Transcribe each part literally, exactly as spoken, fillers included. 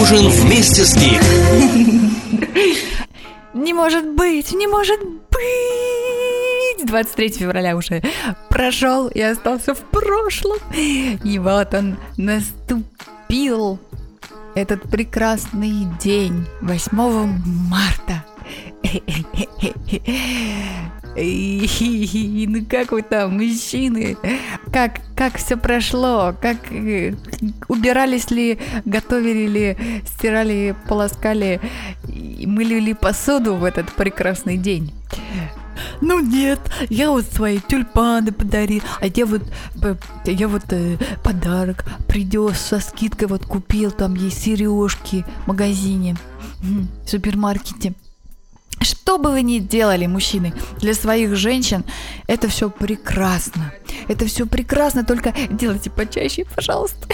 ужин вместе с Гик. Не может быть, не может быть! двадцать третьего февраля уже прошел и остался в прошлом. И вот он наступил, этот прекрасный день, восьмого марта. И, ну как вы там, мужчины? Как, как все прошло? Как убирались ли, готовили ли, стирали, полоскали, мыли ли посуду в этот прекрасный день? Ну нет, я вот свои тюльпаны подарил, а я вот, я вот э, подарок принес со скидкой, вот купил, там есть сережки в магазине, в супермаркете. Что бы вы ни делали, мужчины, для своих женщин, это все прекрасно. Это все прекрасно, только делайте почаще, пожалуйста.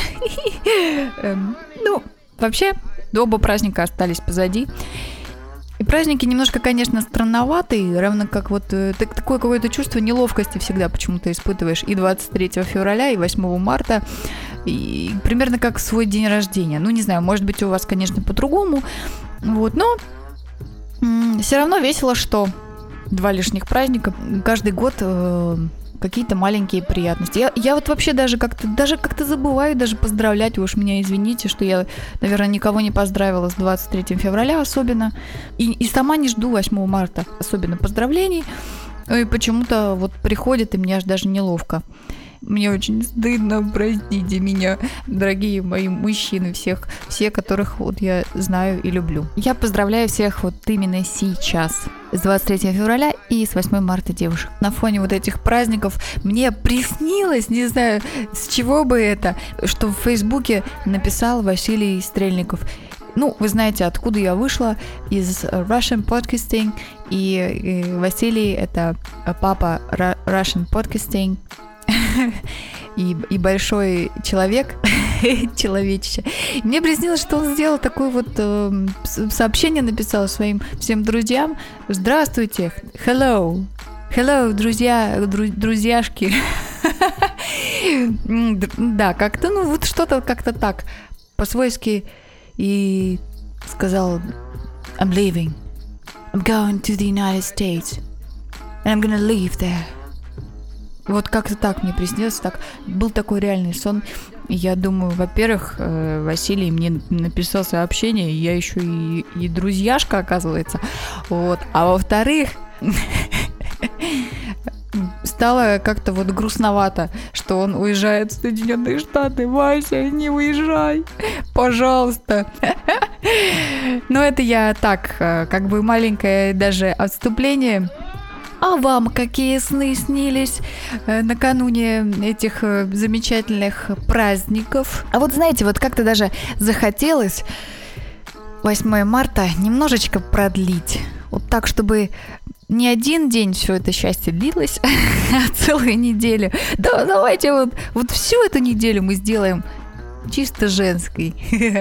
Ну, вообще, оба праздника остались позади. И праздники немножко, конечно, странноватые, равно как вот так, такое какое-то чувство неловкости всегда почему-то испытываешь и двадцать третьего февраля, и восьмого марта, и примерно как свой день рождения. Ну, не знаю, может быть, у вас, конечно, по-другому, вот, но м- все равно весело, что два лишних праздника, каждый год э- какие-то маленькие приятности. Я, я вот вообще даже как-то, даже как-то забываю даже поздравлять. Вы уж меня извините, что я, наверное, никого не поздравила с двадцать третьего февраля особенно. И, и сама не жду восьмого марта особенно поздравлений. И почему-то вот приходит, и мне аж даже неловко. Мне очень стыдно, простите меня, дорогие мои мужчины, всех, все, которых вот я знаю и люблю. Я поздравляю всех вот именно сейчас, с двадцать третьего февраля и с восьмого марта девушек. На фоне вот этих праздников мне приснилось, не знаю, с чего бы это, что в Фейсбуке написал Василий Стрельников. Ну, вы знаете, откуда я вышла, из Russian Podcasting, и, и Василий — это папа Russian Podcasting, и, и большой человек, человечище. И мне приснилось, что он сделал такое вот э, сообщение, написал своим всем друзьям: здравствуйте, hello, hello, друзья, дру, друзьяшки. Да, как-то, ну вот что-то как-то так, по-свойски. И сказал: I'm leaving, I'm going to the United States, and I'm gonna live there. Вот как-то так мне приснилось, так был такой реальный сон. Я думаю, во-первых, Василий мне написал сообщение, я еще и, и друзьяшка, оказывается. Вот. А во-вторых, стало как-то вот грустновато, что он уезжает в Соединенные Штаты. Вася, не уезжай, пожалуйста. Но это я так, как бы маленькое даже отступление. А вам какие сны снились э, накануне этих э, замечательных праздников? А вот знаете, вот как-то даже захотелось восьмого марта немножечко продлить. Вот так, чтобы не один день все это счастье длилось, а целую неделю. Да, давайте вот, вот всю эту неделю мы сделаем чисто женской.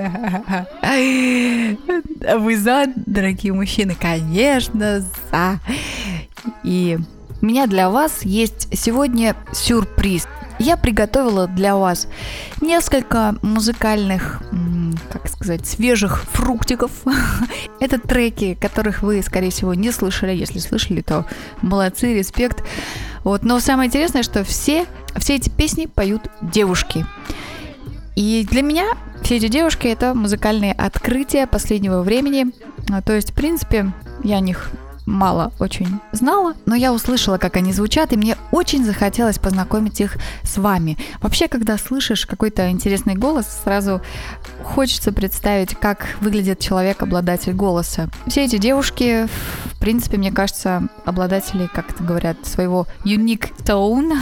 А вы за, дорогие мужчины? Конечно, за. И у меня для вас есть сегодня сюрприз. Я приготовила для вас несколько музыкальных, как сказать, свежих фруктиков. Это треки, которых вы, скорее всего, не слышали. Если слышали, то молодцы, респект. Вот. Но самое интересное, что все, все эти песни поют девушки. И для меня все эти девушки — это музыкальные открытия последнего времени. То есть, в принципе, я о них мало очень знала, но я услышала, как они звучат, и мне очень захотелось познакомить их с вами. Вообще, когда слышишь какой-то интересный голос, сразу хочется представить, как выглядит человек-обладатель голоса. Все эти девушки, в принципе, мне кажется, обладатели, как это говорят, своего unique tone.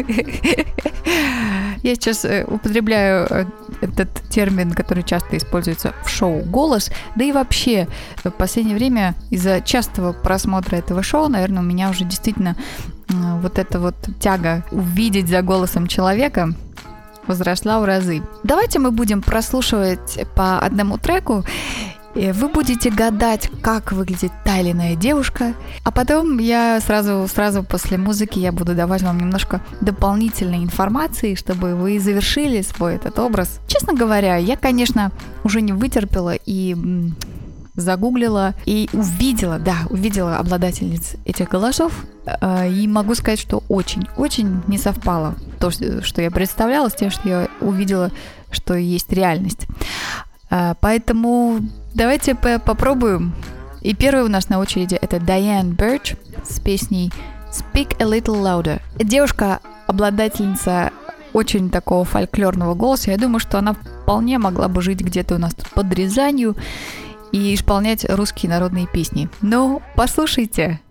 Я сейчас употребляю этот термин, который часто используется в шоу «Голос», да и вообще в последнее время из-за частого просмотра этого шоу, наверное, у меня уже действительно вот эта вот тяга увидеть за голосом человека возросла в разы. Давайте мы будем прослушивать по одному треку, И вы будете гадать, как выглядит та или иная девушка, а потом я сразу, сразу после музыки я буду давать вам немножко дополнительной информации, чтобы вы завершили свой этот образ. Честно говоря, я, конечно, уже не вытерпела и м, загуглила и увидела, да, увидела обладательниц этих голосов, э, и могу сказать, что очень-очень не совпало то, что я представляла, с тем, что я увидела, что есть реальность. Поэтому давайте попробуем. И первый у нас на очереди это Diane Birch с песней Speak a Little Louder. Девушка, обладательница очень такого фольклорного голоса. Я думаю, что она вполне могла бы жить где-то у нас тут под Рязанью и исполнять русские народные песни. Но послушайте.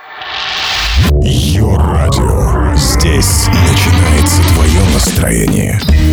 Йо-радио. Здесь начинается твое настроение.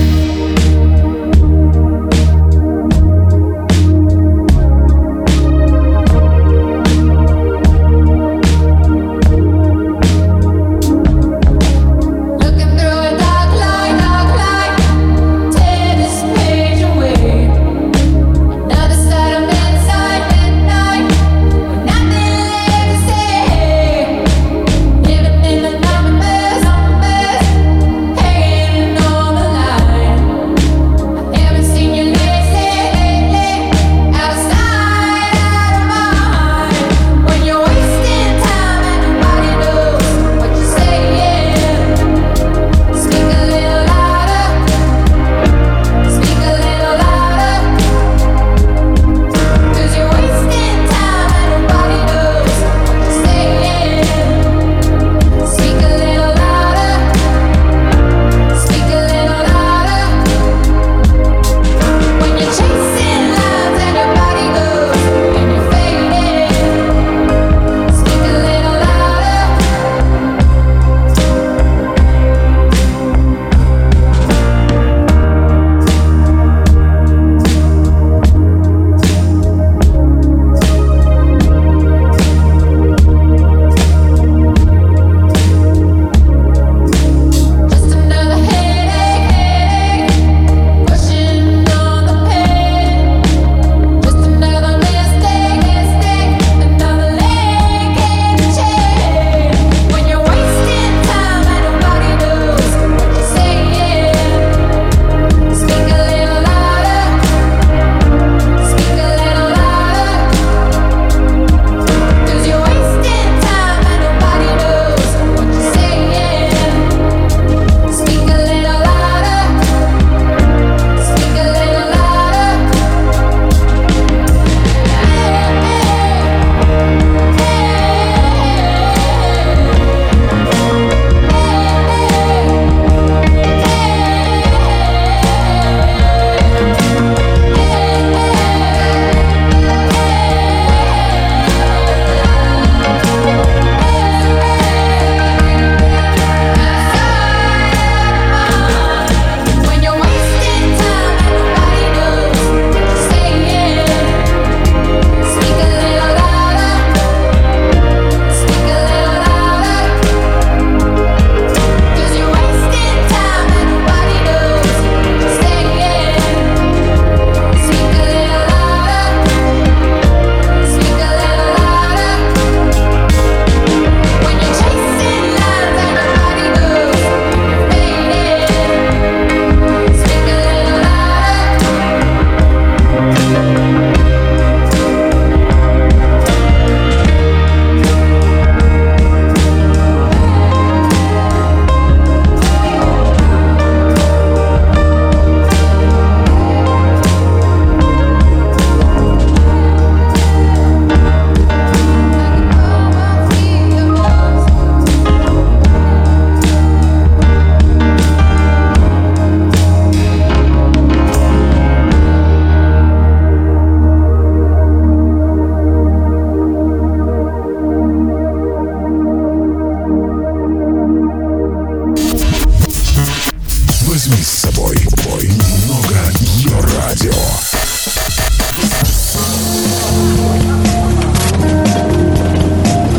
Возьми с собой немного Йо-радио.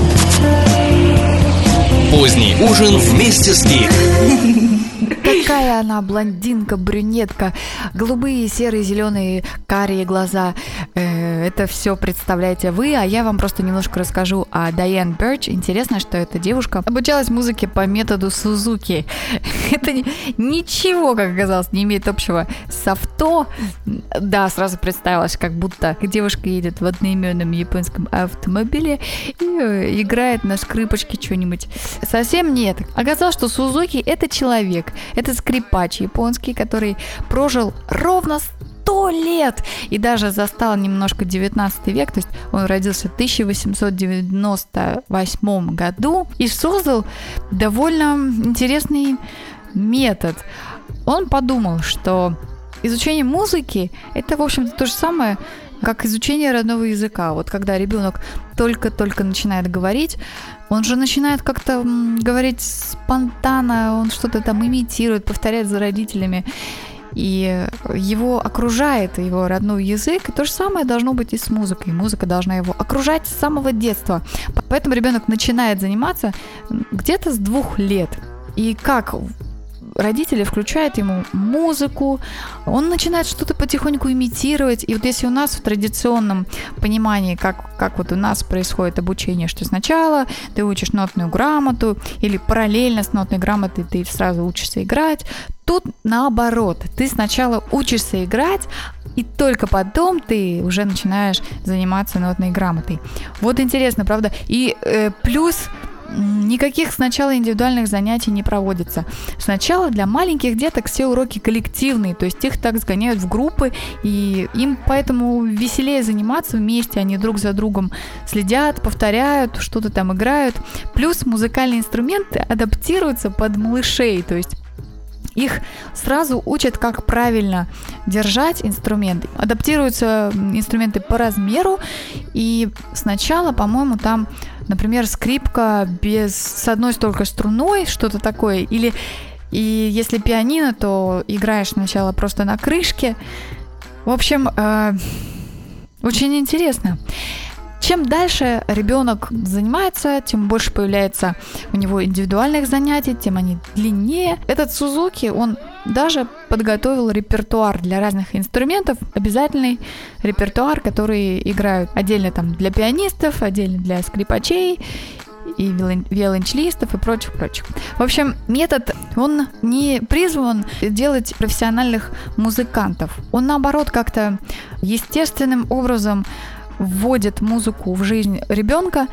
Поздний ужин вместе с Гик. Какая какая она блондинка, брюнетка, голубые, серые, зеленые, карие глаза. Это все представляете вы, а я вам просто немножко расскажу о Дайан Бёрч. Интересно, что эта девушка обучалась музыке по методу Сузуки. Это ничего, как оказалось, не имеет общего с авто. Да, сразу представилось, как будто девушка едет в одноименном японском автомобиле и играет на скрипочке что-нибудь. Совсем нет. Оказалось, что Сузуки — это человек, это скрипач японский, который прожил ровно сто лет и даже застал немножко девятнадцатый век, то есть он родился в тысяча восемьсот девяносто восьмом году и создал довольно интересный метод. Он подумал, что изучение музыки – это, в общем-то, то же самое, как изучение родного языка. Вот когда ребенок только-только начинает говорить, он же начинает как-то говорить спонтанно, он что-то там имитирует, повторяет за родителями. И его окружает его родной язык. И то же самое должно быть и с музыкой. Музыка должна его окружать с самого детства. Поэтому ребенок начинает заниматься где-то с двух лет. И как родители включают ему музыку, он начинает что-то потихоньку имитировать. И вот если у нас в традиционном понимании, как, как вот у нас происходит обучение, что сначала ты учишь нотную грамоту, или параллельно с нотной грамотой ты сразу учишься играть, тут наоборот. Ты сначала учишься играть, и только потом ты уже начинаешь заниматься нотной грамотой. Вот интересно, правда? И э, плюс никаких сначала индивидуальных занятий не проводится. Сначала для маленьких деток все уроки коллективные, то есть их так сгоняют в группы, и им поэтому веселее заниматься вместе, они друг за другом следят, повторяют, что-то там играют. Плюс музыкальные инструменты адаптируются под малышей, то есть их сразу учат, как правильно держать инструменты. Адаптируются инструменты по размеру, и сначала, по-моему, там, например, скрипка без, с одной только струной, что-то такое, или и если пианино, то играешь сначала просто на крышке. В общем, э, очень интересно. Чем дальше ребенок занимается, тем больше появляется у него индивидуальных занятий, тем они длиннее. Этот Сузуки, он даже подготовил репертуар для разных инструментов, обязательный репертуар, который играют отдельно там для пианистов, отдельно для скрипачей и виолончелистов и прочих-прочих. В общем, метод, он не призван делать профессиональных музыкантов. Он, наоборот, как-то естественным образом вводит музыку в жизнь ребенка,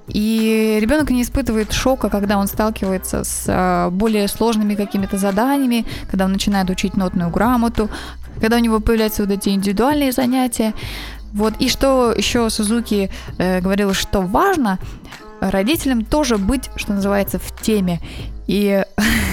и ребенок не испытывает шока, когда он сталкивается с более сложными какими-то заданиями, когда он начинает учить нотную грамоту, когда у него появляются вот эти индивидуальные занятия. Вот. И что еще Сузуки э, говорил, что важно, родителям тоже быть, что называется, в теме. И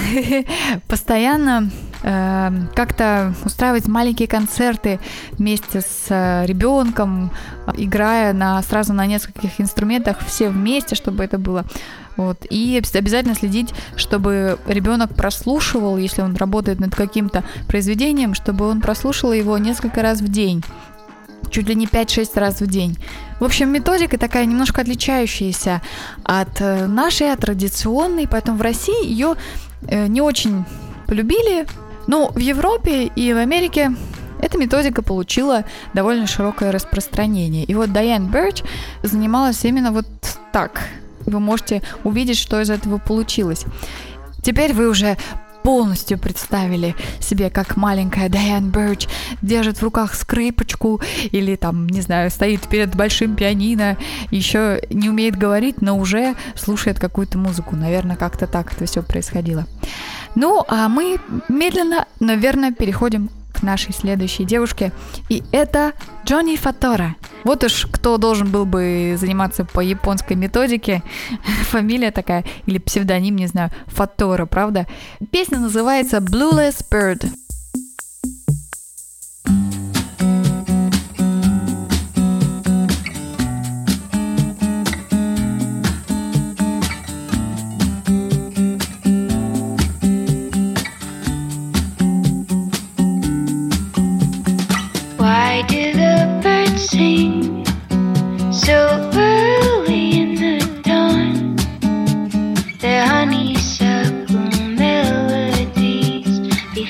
постоянно э, как-то устраивать маленькие концерты вместе с э, ребенком, играя на, сразу на нескольких инструментах все вместе, чтобы это было. Вот. И обязательно следить, чтобы ребенок прослушивал, если он работает над каким-то произведением, чтобы он прослушивал его несколько раз в день. Чуть ли не пять-шесть раз в день. В общем, методика такая немножко отличающаяся от нашей, от традиционной, поэтому в России ее не очень полюбили, но в Европе и в Америке эта методика получила довольно широкое распространение. И вот Дайан Бёрч занималась именно вот так. Вы можете увидеть, что из этого получилось. Теперь вы уже полностью представили себе, как маленькая Дайан Бёрч держит в руках скрипочку или там, не знаю, стоит перед большим пианино, еще не умеет говорить, но уже слушает какую-то музыку. Наверное, как-то так это все происходило. Ну, а мы медленно, но верно переходим к нашей следующей девушке, и это Джони Фатора. Вот уж кто должен был бы заниматься по японской методике. Фамилия такая, или псевдоним, не знаю, Фатора, правда? Песня называется Blueless Bird. Why do the birds sing so early in the dawn? Their honeysuckle melodies be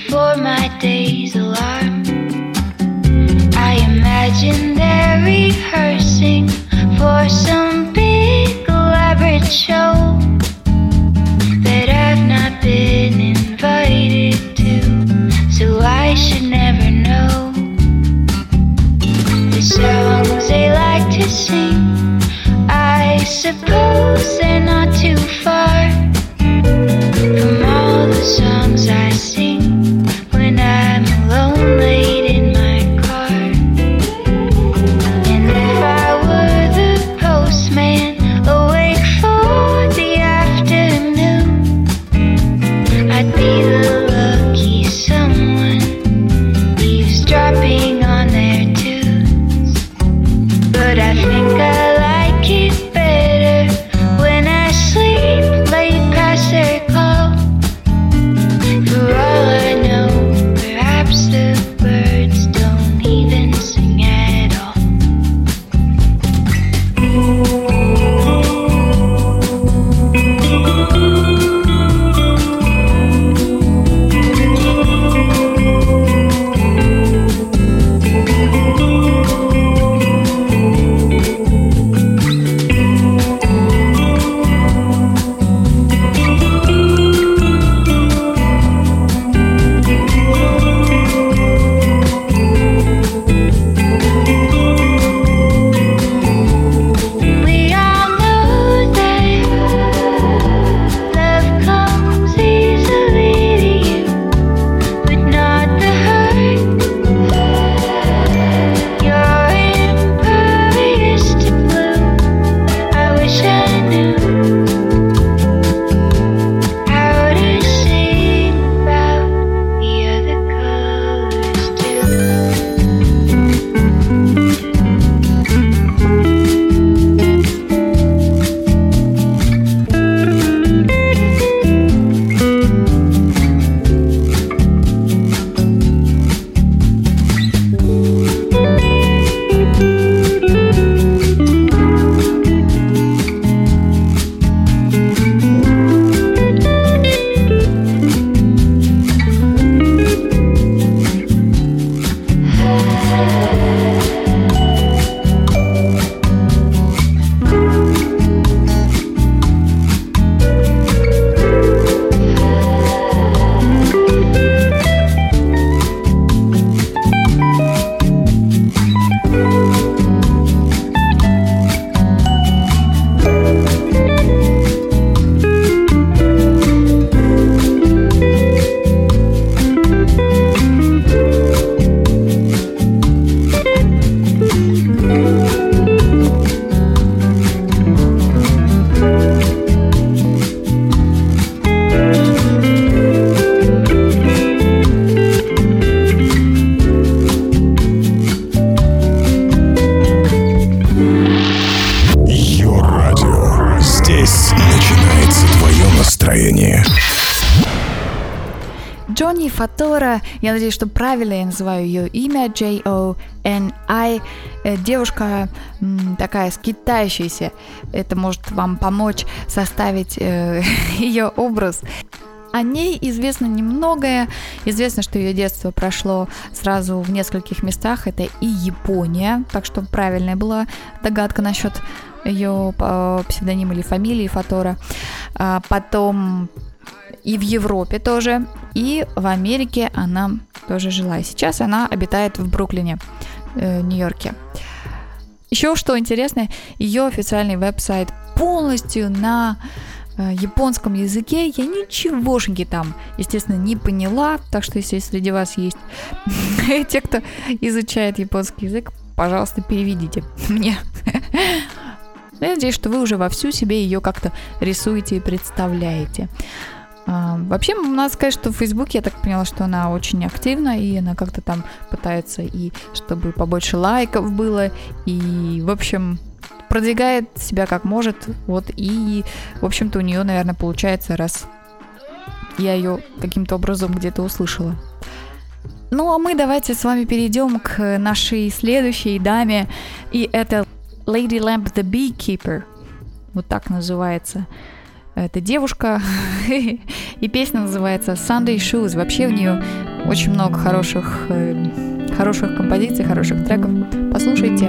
Джонни Фатора, я надеюсь, что правильно я называю ее имя, Джей О Эн Ай, девушка м, такая скитающаяся, это может вам помочь составить э, ее образ. О ней известно немногое, известно, что ее детство прошло сразу в нескольких местах, это и Япония, так что правильная была догадка насчет ее псевдонима или фамилии Фатора, а потом и в Европе тоже, и в Америке она тоже жила. И сейчас она обитает в Бруклине, э, Нью-Йорке. Еще что интересно, ее официальный веб-сайт полностью на э, японском языке. Я ничегошеньки там, естественно, не поняла, так что если среди вас есть те, кто изучает японский язык, пожалуйста, переведите мне. Я надеюсь, что вы уже вовсю себе ее как-то рисуете и представляете. Вообще, надо сказать, что в Фейсбуке, я так поняла, что она очень активна, и она как-то там пытается, и чтобы побольше лайков было, и, в общем, продвигает себя как может, вот, и, в общем-то, у нее, наверное, получается, раз я ее каким-то образом где-то услышала. Ну, а мы давайте с вами перейдем к нашей следующей даме, и это Lady Lamp the Beekeeper, вот так называется эта девушка, и песня называется Sunday Shoes. Вообще у нее очень много хороших, хороших композиций, хороших треков. Послушайте.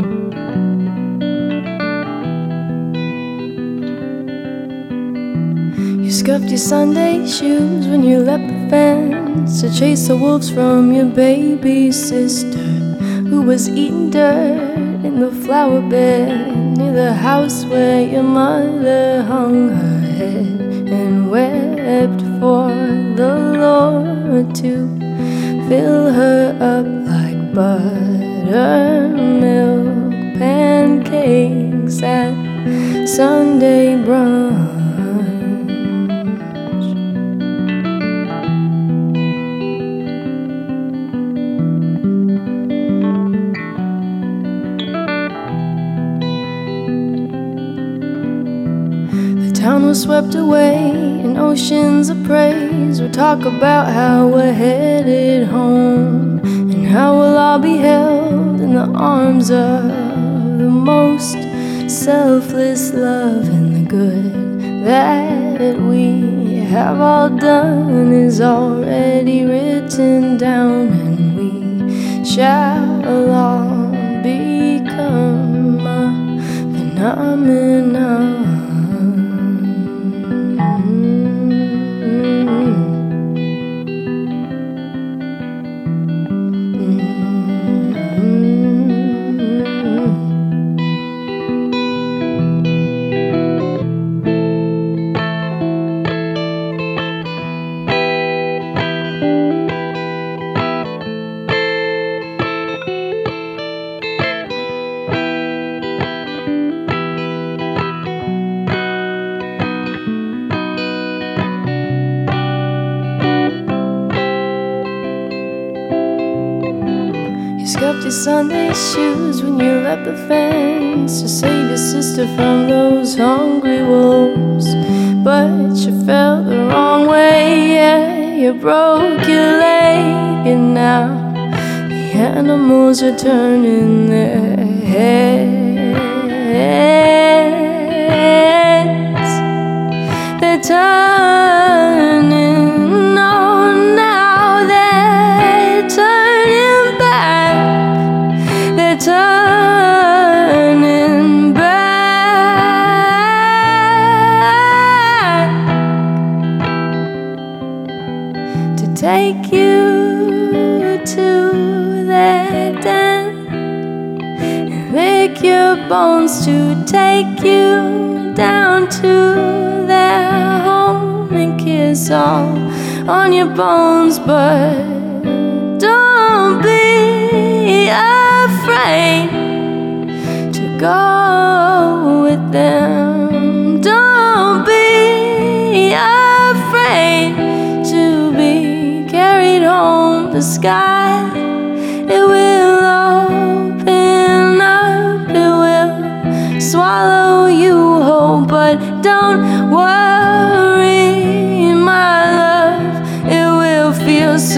You scuffed your Sunday shoes when you left the fence to chase the wolves from your baby sister, who was eating dirt in the flower bed near the house where your mother hung her head and wept for the Lord to fill her up like buttermilk pancakes at Sunday brunch. Town was swept away in oceans of praise. We talk about how we're headed home and how we'll all be held in the arms of the most selfless love, and the good that we have all done is already written down, and we shall all become a phenomenon. Scuffed your Sunday shoes when you left the fence to save your sister from those hungry wolves, but you felt the wrong way, yeah, you broke your leg, and now the animals are turning their heads. They're turning, oh, now they're turning back. They're turning back to take you to their den and lick your bones, to take you down to their home and kiss all on your bones. But don't be afraid to go with them. Don't be afraid to be carried home. The sky, it will open up, it will swallow you whole. But don't worry, my love, it will feel so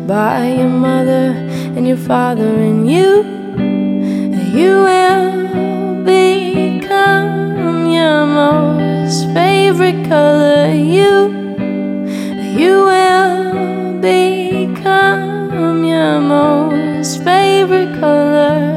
by your mother and your father, and you, you will become your most favorite color. You, you will become your most favorite color.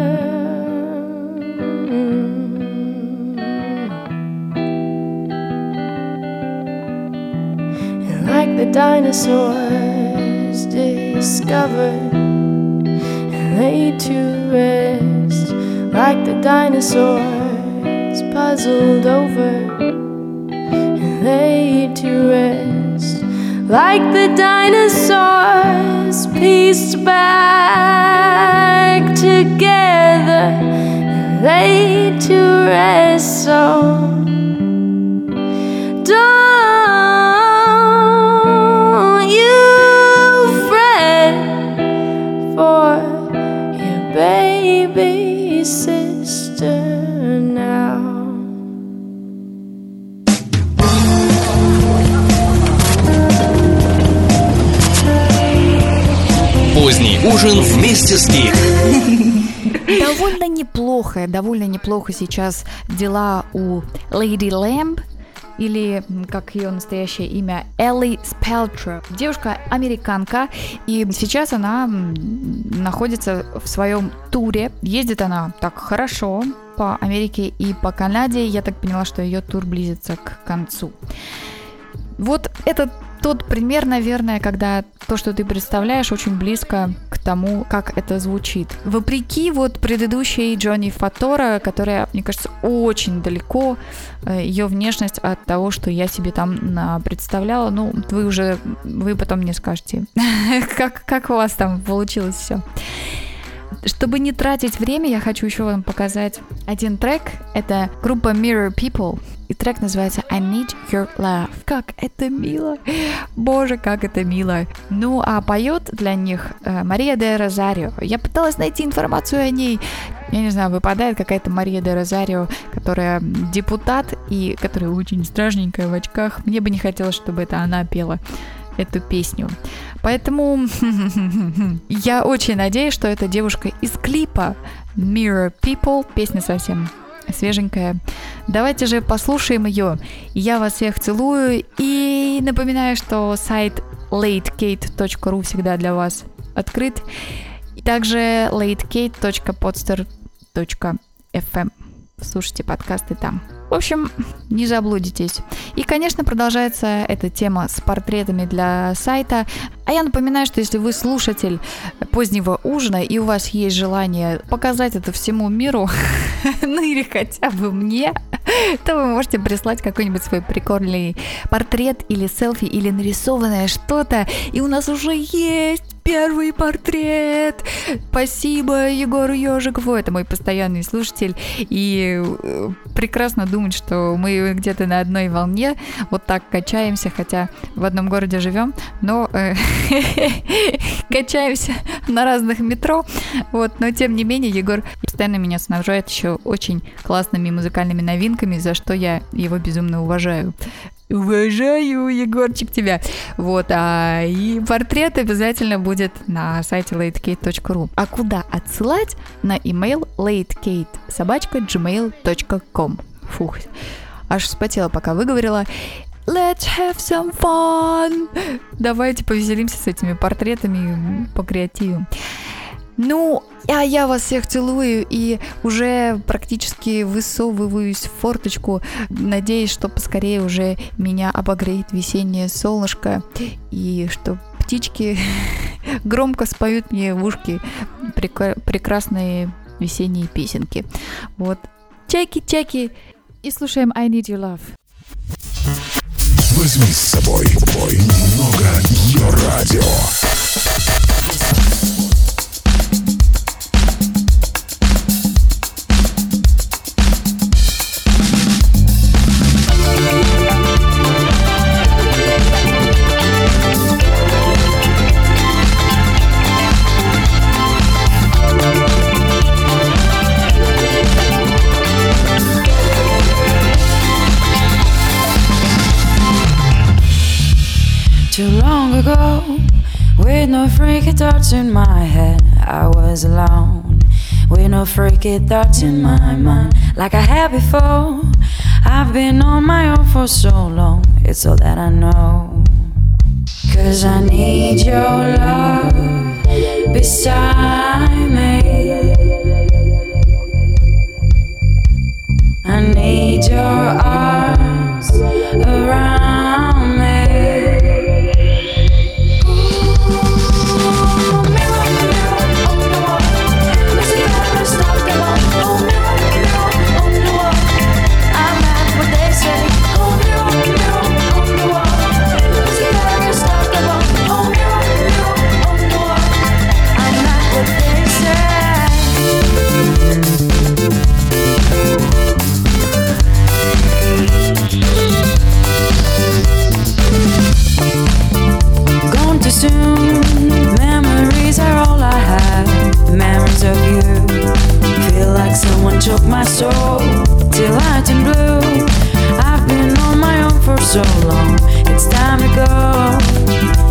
And like the dinosaurs discovered and laid to rest, like the dinosaurs puzzled over and laid to rest, like the dinosaurs pieced back together and laid to rest. So don't you fret for your baby sister now. Поздний ужин вместе с Гик. Довольно неплохо, довольно неплохо сейчас дела у Lady Lamb, или, как ее настоящее имя, Элли Спелтер. Девушка-американка, и сейчас она находится в своем туре. Ездит она так хорошо по Америке и по Канаде. Я так поняла, что ее тур близится к концу. Вот это тот пример, наверное, когда то, что ты представляешь, очень близко к тому, как это звучит. Вопреки вот предыдущей Джонни Фатора, которая, мне кажется, очень далеко, ее внешность от того, что я себе там представляла. Ну, вы уже, вы потом мне скажете, как, как у вас там получилось все. Чтобы не тратить время, я хочу еще вам показать один трек. Это группа Mirror People. И трек называется I Need Your Love. Как это мило! Боже, как это мило! Ну, а поет для них э, Мария де Розарио. Я пыталась найти информацию о ней. Я не знаю, выпадает какая-то Мария де Розарио, которая депутат и которая очень страшненькая в очках. Мне бы не хотелось, чтобы это она пела эту песню. Поэтому я очень надеюсь, что эта девушка из клипа Mirror People. Песня совсем свеженькая. Давайте же послушаем ее. Я вас всех целую и напоминаю, что сайт лейт кейт точка ру всегда для вас открыт. И также лейт кейт точка подстер точка эф эм. Слушайте подкасты там. В общем, не заблудитесь. И, конечно, продолжается эта тема с портретами для сайта. А я напоминаю, что если вы слушатель позднего ужина и у вас есть желание показать это всему миру, ну или хотя бы мне, то вы можете прислать какой-нибудь свой прикольный портрет или селфи, или нарисованное что-то. И у нас уже есть первый портрет. Спасибо Егору Ежикову, это мой постоянный слушатель. И прекрасно думать, что мы где-то на одной волне, вот так качаемся, хотя в одном городе живем, но э, качаемся на разных метро. Вот, но тем не менее Егор постоянно меня снабжает еще очень классными музыкальными новинками, за что я его безумно уважаю. Уважаю, Егорчик, тебя. Вот, а и портрет обязательно будет на сайте лейт кейт точка ру. А куда отсылать? На email лейт кейт собака джи мейл точка ком. Фух, аж вспотела, пока выговорила. Let's have some fun. Давайте повеселимся с этими портретами по креативу. Ну, а я вас всех целую и уже практически высовываюсь в форточку. Надеюсь, что поскорее уже меня обогреет весеннее солнышко и что птички громко споют мне в ушки прек- прекрасные весенние песенки. Вот. Чайки-чайки. И слушаем I Need Your Love. Возьми с собой бой немного ее радио. Too long ago, With no freaky thoughts in my head, I was alone. With no freaky thoughts in my mind, like I had before. I've been on my own for so long, it's all that I know. Cause I need your love beside me. I need your arms around me. Memories are all I have. Memories of you. Feel like someone took my soul till I turn blue. I've been on my own for so long. It's time to go.